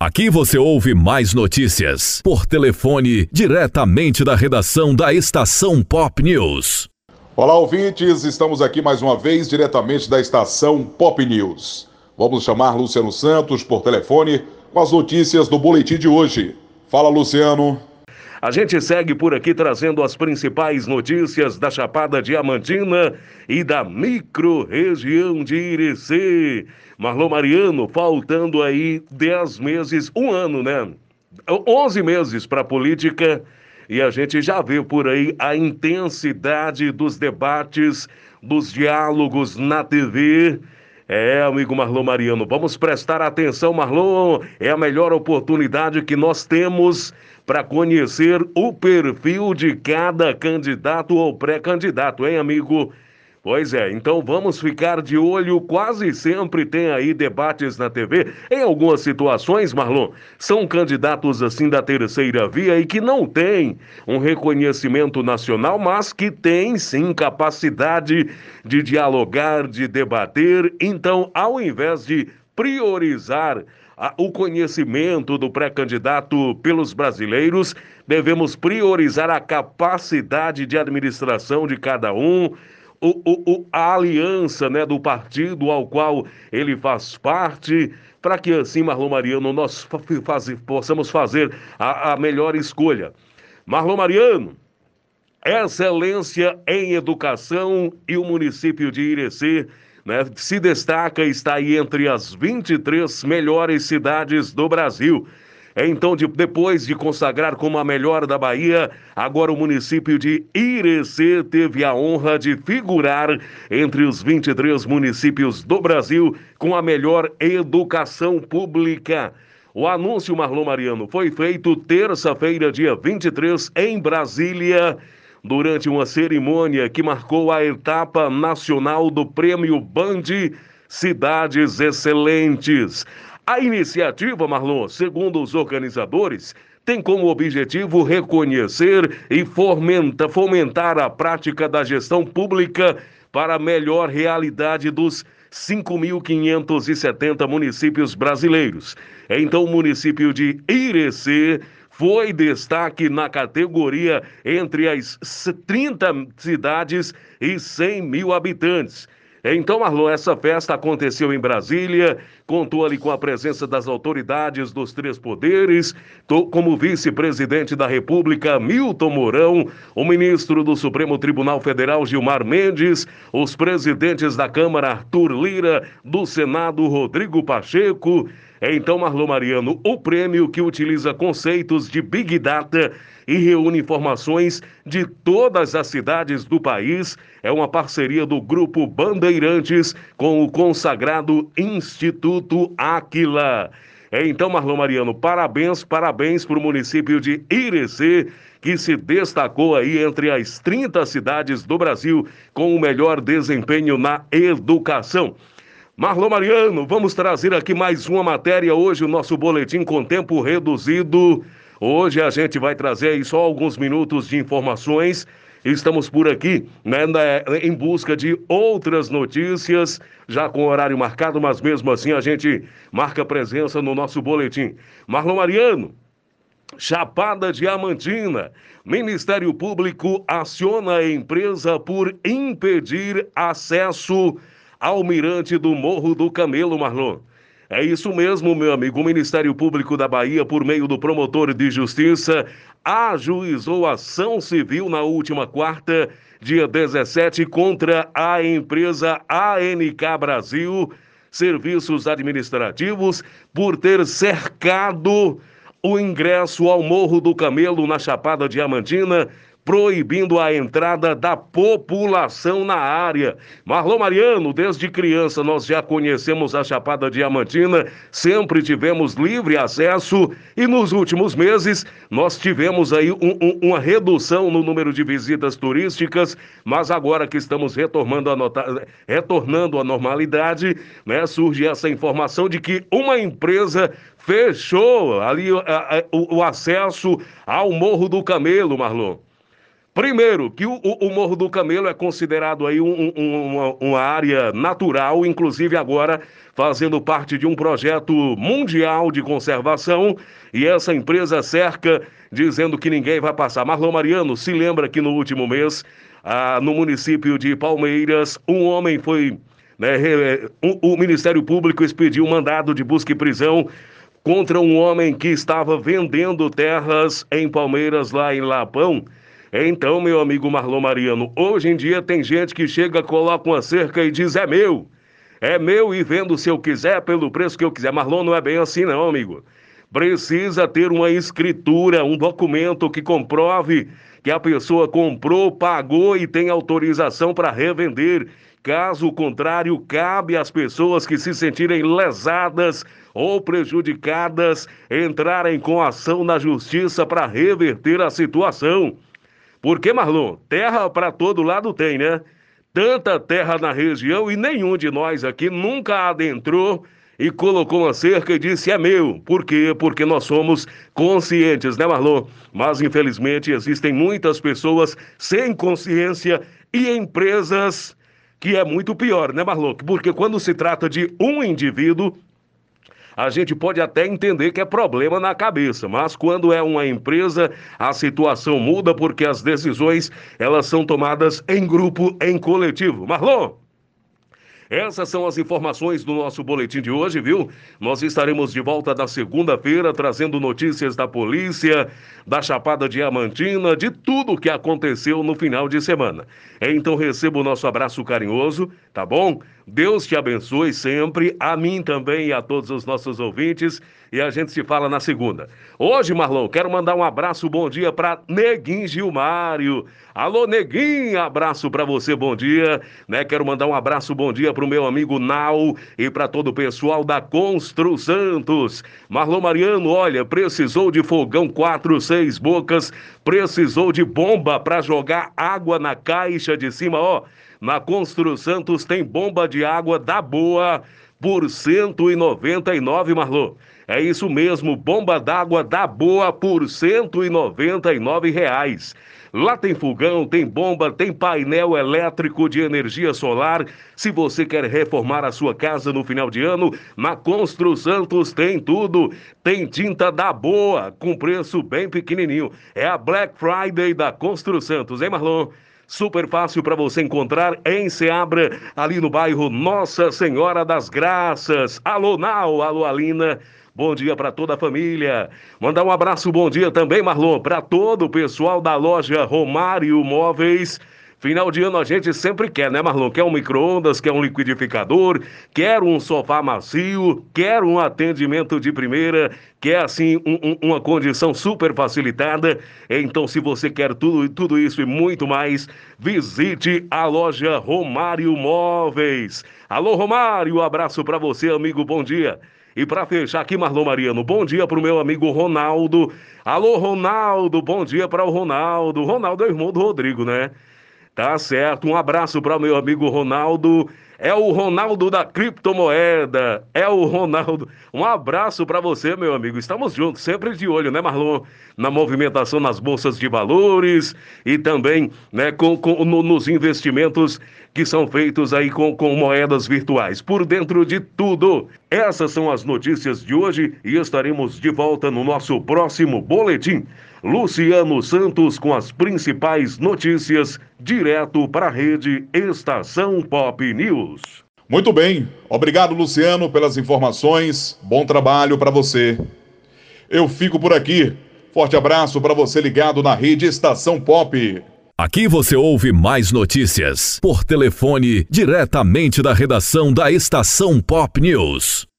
Aqui você ouve mais notícias por telefone diretamente da redação da Estação Pop News. Olá, ouvintes, estamos aqui mais uma vez diretamente da Estação Pop News. Vamos chamar Luciano Santos por telefone com as notícias do boletim de hoje. Fala, Luciano. A gente segue por aqui trazendo as principais notícias da Chapada Diamantina e da micro-região de Irecê. Marlon Mariano, faltando aí 10 meses, um ano, né? 11 meses para a política, e a gente já vê por aí a intensidade dos debates, dos diálogos na TV. Amigo Marlon Mariano, vamos prestar atenção, Marlon. É a melhor oportunidade que nós temos para conhecer o perfil de cada candidato ou pré-candidato, hein, amigo? Pois é, então vamos ficar de olho. Quase sempre tem aí debates na TV. Em algumas situações, Marlon, são candidatos assim da terceira via e que não têm um reconhecimento nacional, mas que têm sim capacidade de dialogar, de debater. Então, ao invés de priorizar o conhecimento do pré-candidato pelos brasileiros, devemos priorizar a capacidade de administração de cada um, a aliança, né, do partido ao qual ele faz parte, para que assim, Marlon Mariano, nós possamos fazer a melhor escolha. Marlon Mariano, excelência em educação, e o município de Irecê, né, se destaca, está aí entre as 23 melhores cidades do Brasil. Então, depois de consagrar como a melhor da Bahia, agora o município de Irecê teve a honra de figurar entre os 23 municípios do Brasil com a melhor educação pública. O anúncio, Marlon Mariano, foi feito terça-feira, dia 23, em Brasília, durante uma cerimônia que marcou a etapa nacional do Prêmio Band Cidades Excelentes. A iniciativa, Marlon, segundo os organizadores, tem como objetivo reconhecer e fomentar a prática da gestão pública para a melhor realidade dos 5.570 municípios brasileiros. Então, o município de Irecê foi destaque na categoria entre as 30 cidades e 100 mil habitantes. Então, Marlon, essa festa aconteceu em Brasília, contou ali com a presença das autoridades dos três poderes, como vice-presidente da República, Milton Mourão, o ministro do Supremo Tribunal Federal, Gilmar Mendes, os presidentes da Câmara, Arthur Lira, do Senado, Rodrigo Pacheco. Então, Marlon Mariano, o prêmio, que utiliza conceitos de Big Data e reúne informações de todas as cidades do país, é uma parceria do Grupo Bandeirantes com o consagrado Instituto Áquila. Então, Marlon Mariano, parabéns para o município de Irecê, que se destacou aí entre as 30 cidades do Brasil com o melhor desempenho na educação. Marlon Mariano, vamos trazer aqui mais uma matéria hoje, o nosso boletim com tempo reduzido. Hoje a gente vai trazer aí só alguns minutos de informações. Estamos por aqui, né, em busca de outras notícias, já com horário marcado, mas mesmo assim a gente marca presença no nosso boletim. Marlon Mariano, Chapada Diamantina, Ministério Público aciona a empresa por impedir acesso ao mirante do Morro do Camelo, Marlon. É isso mesmo, meu amigo. O Ministério Público da Bahia, por meio do promotor de justiça, ajuizou ação civil na última quarta, dia 17, contra a empresa ANK Brasil, Serviços Administrativos, por ter cercado o ingresso ao Morro do Camelo, na Chapada Diamantina, proibindo a entrada da população na área. Marlon Mariano, desde criança nós já conhecemos a Chapada Diamantina, sempre tivemos livre acesso, e nos últimos meses nós tivemos aí uma redução no número de visitas turísticas, mas agora que estamos retornando à normalidade, né, surge essa informação de que uma empresa fechou ali o acesso ao Morro do Camelo, Marlon. Primeiro, que o Morro do Camelo é considerado aí uma área natural, inclusive agora fazendo parte de um projeto mundial de conservação, e essa empresa cerca dizendo que ninguém vai passar. Marlon Mariano se lembra que no último mês, no município de Palmeiras, um homem foi... o Ministério Público expediu um mandado de busca e prisão contra um homem que estava vendendo terras em Palmeiras, lá em Lapão. Então, meu amigo Marlon Mariano, hoje em dia tem gente que chega, coloca uma cerca e diz: é meu e vendo se eu quiser, pelo preço que eu quiser. Marlon, não é bem assim não, amigo. Precisa ter uma escritura, um documento que comprove que a pessoa comprou, pagou e tem autorização para revender. Caso contrário, cabe às pessoas que se sentirem lesadas ou prejudicadas entrarem com ação na justiça para reverter a situação. Porque, Marlon, terra para todo lado tem, né? Tanta terra na região e nenhum de nós aqui nunca adentrou e colocou uma cerca e disse: é meu. Por quê? Porque nós somos conscientes, né, Marlon? Mas, infelizmente, existem muitas pessoas sem consciência e empresas que é muito pior, né, Marlon? Porque quando se trata de um indivíduo, a gente pode até entender que é problema na cabeça, mas quando é uma empresa, a situação muda porque as decisões, elas são tomadas em grupo, em coletivo. Marlon, essas são as informações do nosso boletim de hoje, viu? Nós estaremos de volta na segunda-feira, trazendo notícias da polícia, da Chapada Diamantina, de tudo o que aconteceu no final de semana. Então receba o nosso abraço carinhoso, tá bom? Deus te abençoe sempre, a mim também e a todos os nossos ouvintes, e a gente se fala na segunda. Hoje, Marlon, quero mandar um abraço, bom dia para Neguinho Gilmário. Alô, Neguinho, abraço para você, bom dia. Quero mandar um abraço, bom dia para o meu amigo Nau e para todo o pessoal da Constru Santos. Marlon Mariano, olha, precisou de fogão 4, 6 bocas, precisou de bomba para jogar água na caixa de cima, ó. Na Constru Santos tem bomba de água da boa por R$199, Marlon. É isso mesmo, bomba d'água da boa por R$199. Lá tem fogão, tem bomba, tem painel elétrico de energia solar. Se você quer reformar a sua casa no final de ano, na Constru Santos tem tudo. Tem tinta da boa, com preço bem pequenininho. É a Black Friday da Constru Santos, hein, Marlon? Super fácil para você encontrar em Seabra, ali no bairro Nossa Senhora das Graças. Alô, Nau, alô, Alina. Bom dia para toda a família. Mandar um abraço, bom dia também, Marlon, para todo o pessoal da loja Romário Móveis. Final de ano a gente sempre quer, né, Marlon? Quer um micro-ondas, quer um liquidificador, quer um sofá macio, quer um atendimento de primeira, quer, assim, uma condição super facilitada. Então, se você quer tudo isso e muito mais, visite a loja Romário Móveis. Alô, Romário, abraço para você, amigo, bom dia. E para fechar aqui, Marlon Mariano, bom dia para o meu amigo Ronaldo. Alô, Ronaldo, bom dia para o Ronaldo. Ronaldo é o irmão do Rodrigo, né? Tá certo, um abraço para o meu amigo Ronaldo. É o Ronaldo da criptomoeda. É o Ronaldo. Um abraço para você, meu amigo. Estamos juntos, sempre de olho, né, Marlon? Na movimentação nas bolsas de valores e também, né, nos investimentos que são feitos aí com moedas virtuais. Por dentro de tudo. Essas são as notícias de hoje e estaremos de volta no nosso próximo boletim. Luciano Santos com as principais notícias, direto para a rede Estação Pop News. Muito bem, obrigado, Luciano, pelas informações. Bom trabalho para você. Eu fico por aqui. Forte abraço para você ligado na rede Estação Pop. Aqui você ouve mais notícias por telefone diretamente da redação da Estação Pop News.